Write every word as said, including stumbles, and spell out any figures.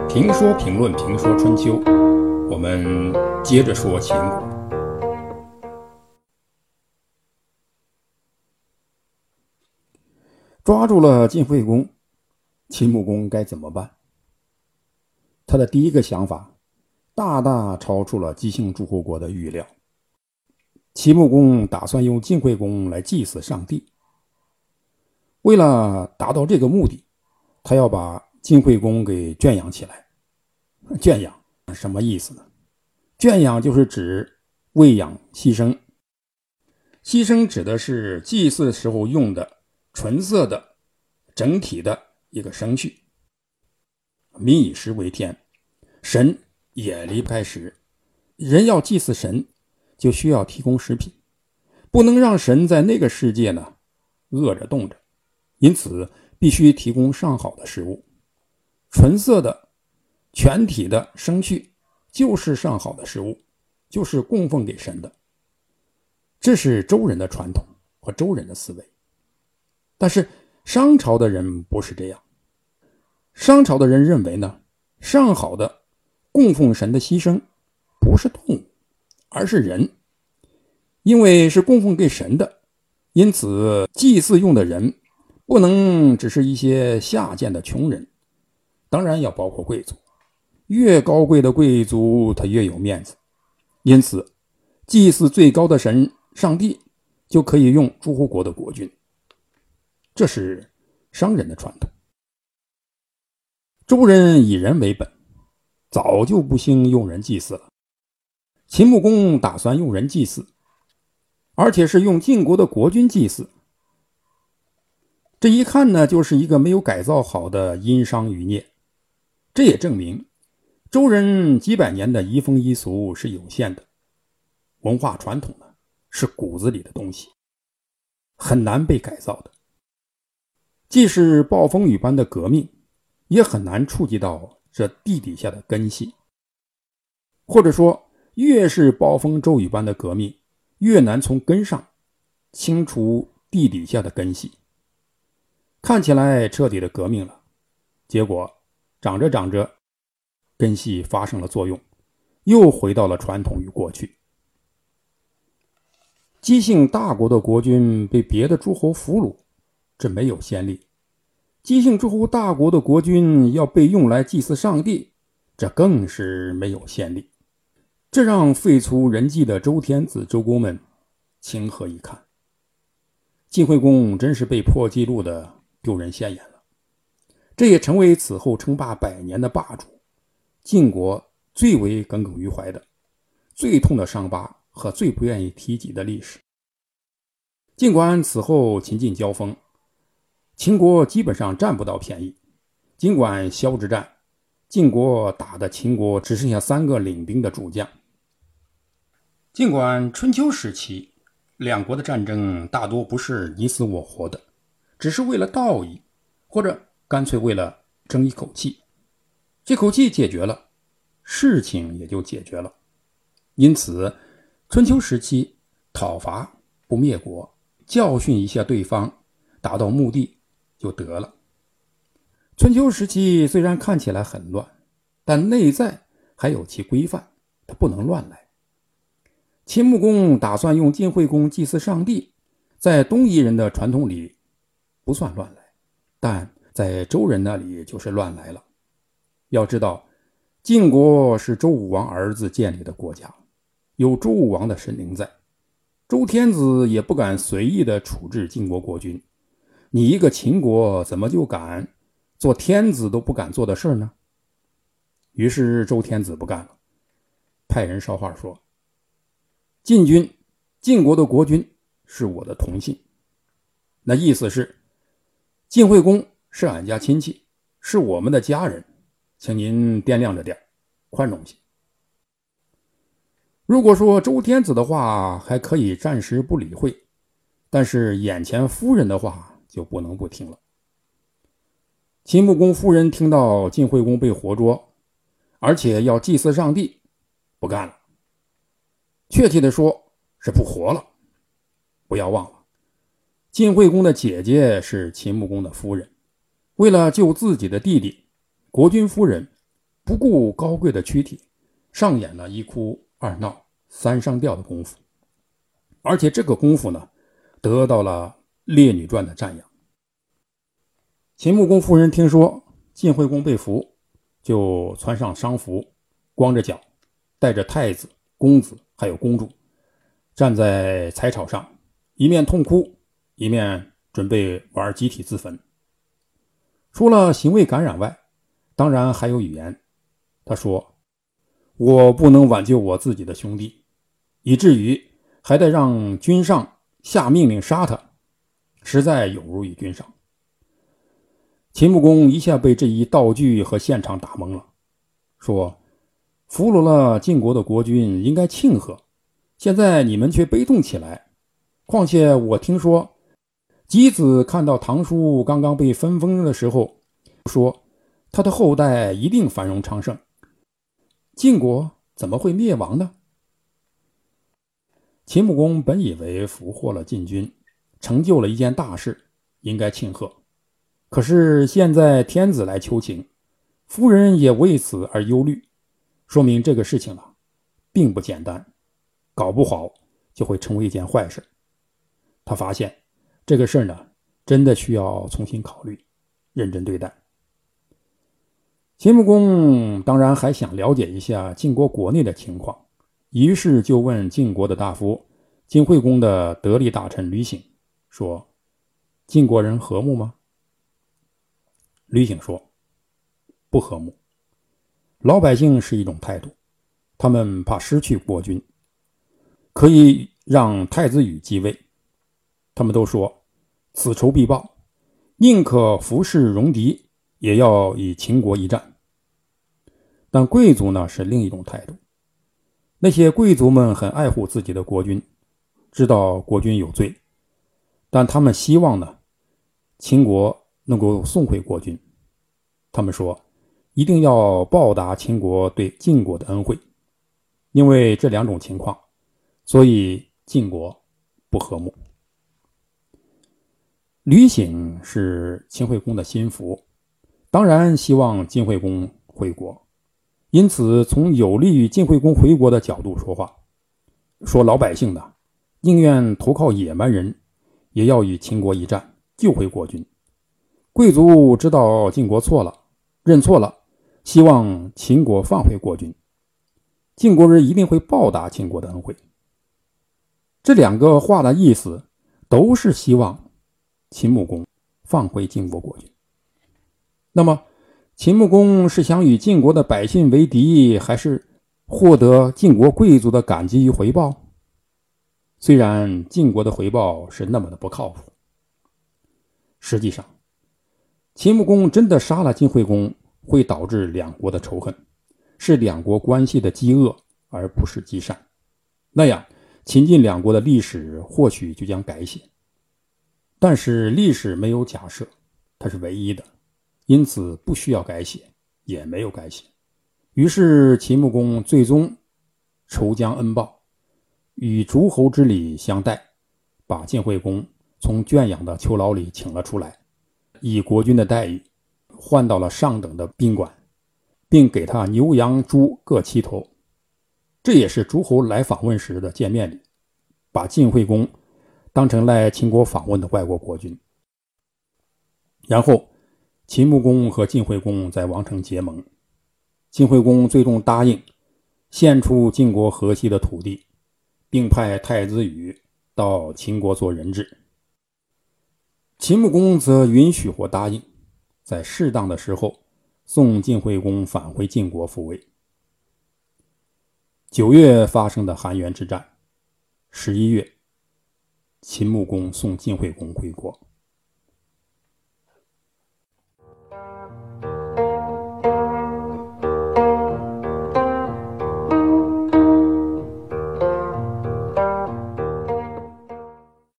评说评论评说春秋，我们接着说秦国。抓住了晋惠公，秦穆公该怎么办？他的第一个想法大大超出了姬姓诸侯国的预料。秦穆公打算用晋惠公来祭祀上帝。为了达到这个目的，他要把晋惠公给圈养起来。圈养什么意思呢？圈养就是指喂养牺牲。牺牲指的是祭祀时候用的纯色的整体的一个牲畜。民以食为天，神也离不开食。人要祭祀神，就需要提供食品，不能让神在那个世界呢饿着冻着，因此必须提供上好的食物。纯色的全体的牲畜就是上好的食物，就是供奉给神的。这是周人的传统和周人的思维。但是商朝的人不是这样。商朝的人认为呢，上好的供奉神的牺牲不是动物，而是人。因为是供奉给神的，因此祭祀用的人不能只是一些下贱的穷人，当然要包括贵族。越高贵的贵族他越有面子，因此祭祀最高的神上帝就可以用诸侯国的国君。这是商人的传统。周人以人为本，早就不兴用人祭祀了。秦穆公打算用人祭祀，而且是用晋国的国君祭祀。这一看呢，就是一个没有改造好的殷商余孽。这也证明周人几百年的移风易俗是有限的，文化传统呢是骨子里的东西，很难被改造的。即使暴风雨般的革命，也很难触及到这地底下的根系。或者说，越是暴风骤雨般的革命，越难从根上清除地底下的根系。看起来彻底的革命了，结果长着长着，根系发生了作用，又回到了传统与过去。姬姓大国的国君被别的诸侯俘虏，这没有先例。姬姓诸侯大国的国君要被用来祭祀上帝，这更是没有先例。这让废除人祭的周天子周公们情何以堪？晋惠公真是被破纪录的丢人现眼了。这也成为此后称霸百年的霸主晋国最为耿耿于怀的、最痛的伤疤和最不愿意提及的历史。尽管此后秦晋交锋，秦国基本上占不到便宜。尽管萧之战，晋国打的秦国只剩下三个领兵的主将。尽管春秋时期两国的战争大多不是你死我活的，只是为了道义，或者干脆为了争一口气。这口气解决了，事情也就解决了。因此春秋时期讨伐不灭国，教训一下对方，达到目的就得了。春秋时期虽然看起来很乱，但内在还有其规范，它不能乱来。秦穆公打算用晋惠公祭祀上帝，在东夷人的传统里不算乱来，但在周人那里就是乱来了。要知道，晋国是周武王儿子建立的国家，有周武王的神灵在，周天子也不敢随意的处置晋国国君。你一个秦国怎么就敢做天子都不敢做的事呢？于是周天子不干了，派人捎话说，晋君晋国的国君是我的同姓，那意思是晋惠公是俺家亲戚，是我们的家人，请您掂量着点，宽容些。如果说周天子的话还可以暂时不理会，但是眼前夫人的话就不能不听了。秦穆公夫人听到晋惠公被活捉，而且要祭祀上帝，不干了。确切的说是不活了。不要忘了，晋惠公的姐姐是秦穆公的夫人，为了救自己的弟弟，国君夫人不顾高贵的躯体，上演了一哭二闹三上吊的功夫。而且这个功夫呢，得到了《列女传》的赞扬。秦穆公夫人听说晋惠公被俘，就穿上丧服，光着脚，带着太子、公子还有公主，站在柴草上，一面痛哭，一面准备玩集体自焚。除了行为感染外，当然还有语言。他说：我不能挽救我自己的兄弟，以至于还得让君上下命令杀他，实在有辱于君上。秦穆公一下被这一道具和现场打懵了，说：俘虏了晋国的国君应该庆贺，现在你们却悲痛起来。况且我听说箕子看到堂叔刚刚被分封的时候，说他的后代一定繁荣昌盛，晋国怎么会灭亡呢？秦穆公本以为俘获了晋军，成就了一件大事，应该庆贺。可是现在天子来求情，夫人也为此而忧虑，说明这个事情啊，并不简单，搞不好就会成为一件坏事。他发现这个事呢，真的需要重新考虑，认真对待。秦穆公当然还想了解一下晋国国内的情况，于是就问晋国的大夫晋惠公的得力大臣吕醒说：晋国人和睦吗？吕醒说：不和睦。老百姓是一种态度，他们怕失去国君，可以让太子羽继位。他们都说此仇必报，宁可服侍戎狄，也要与秦国一战。但贵族呢，是另一种态度。那些贵族们很爱护自己的国君，知道国君有罪，但他们希望呢，秦国能够送回国君。他们说一定要报答秦国对晋国的恩惠。因为这两种情况，所以晋国不和睦。吕醒是秦惠公的心腹，当然希望晋惠公回国，因此从有利于晋惠公回国的角度说话，说老百姓呢，宁愿投靠野蛮人，也要与秦国一战，救回国君。贵族知道晋国错了，认错了，希望秦国放回国君，晋国人一定会报答秦国的恩惠。这两个话的意思都是希望秦穆公放回晋国国君。那么秦穆公是想与晋国的百姓为敌，还是获得晋国贵族的感激与回报？虽然晋国的回报是那么的不靠谱，实际上秦穆公真的杀了晋惠公，会导致两国的仇恨，是两国关系的积恶，而不是积善。那样秦晋两国的历史或许就将改写。但是历史没有假设，它是唯一的，因此不需要改写，也没有改写。于是秦穆公最终仇将恩报，与诸侯之礼相待，把晋惠公从圈养的囚牢里请了出来，以国君的待遇换到了上等的宾馆，并给他牛羊猪各七头。这也是诸侯来访问时的见面礼，把晋惠公当成来秦国访问的外国国君。然后秦穆公和晋惠公在王城结盟，晋惠公最终答应献出晋国河西的土地，并派太子羽到秦国做人质。秦穆公则允许或答应在适当的时候送晋惠公返回晋国复位。九月发生的韩元之战，十一月秦穆公送晋惠公回国。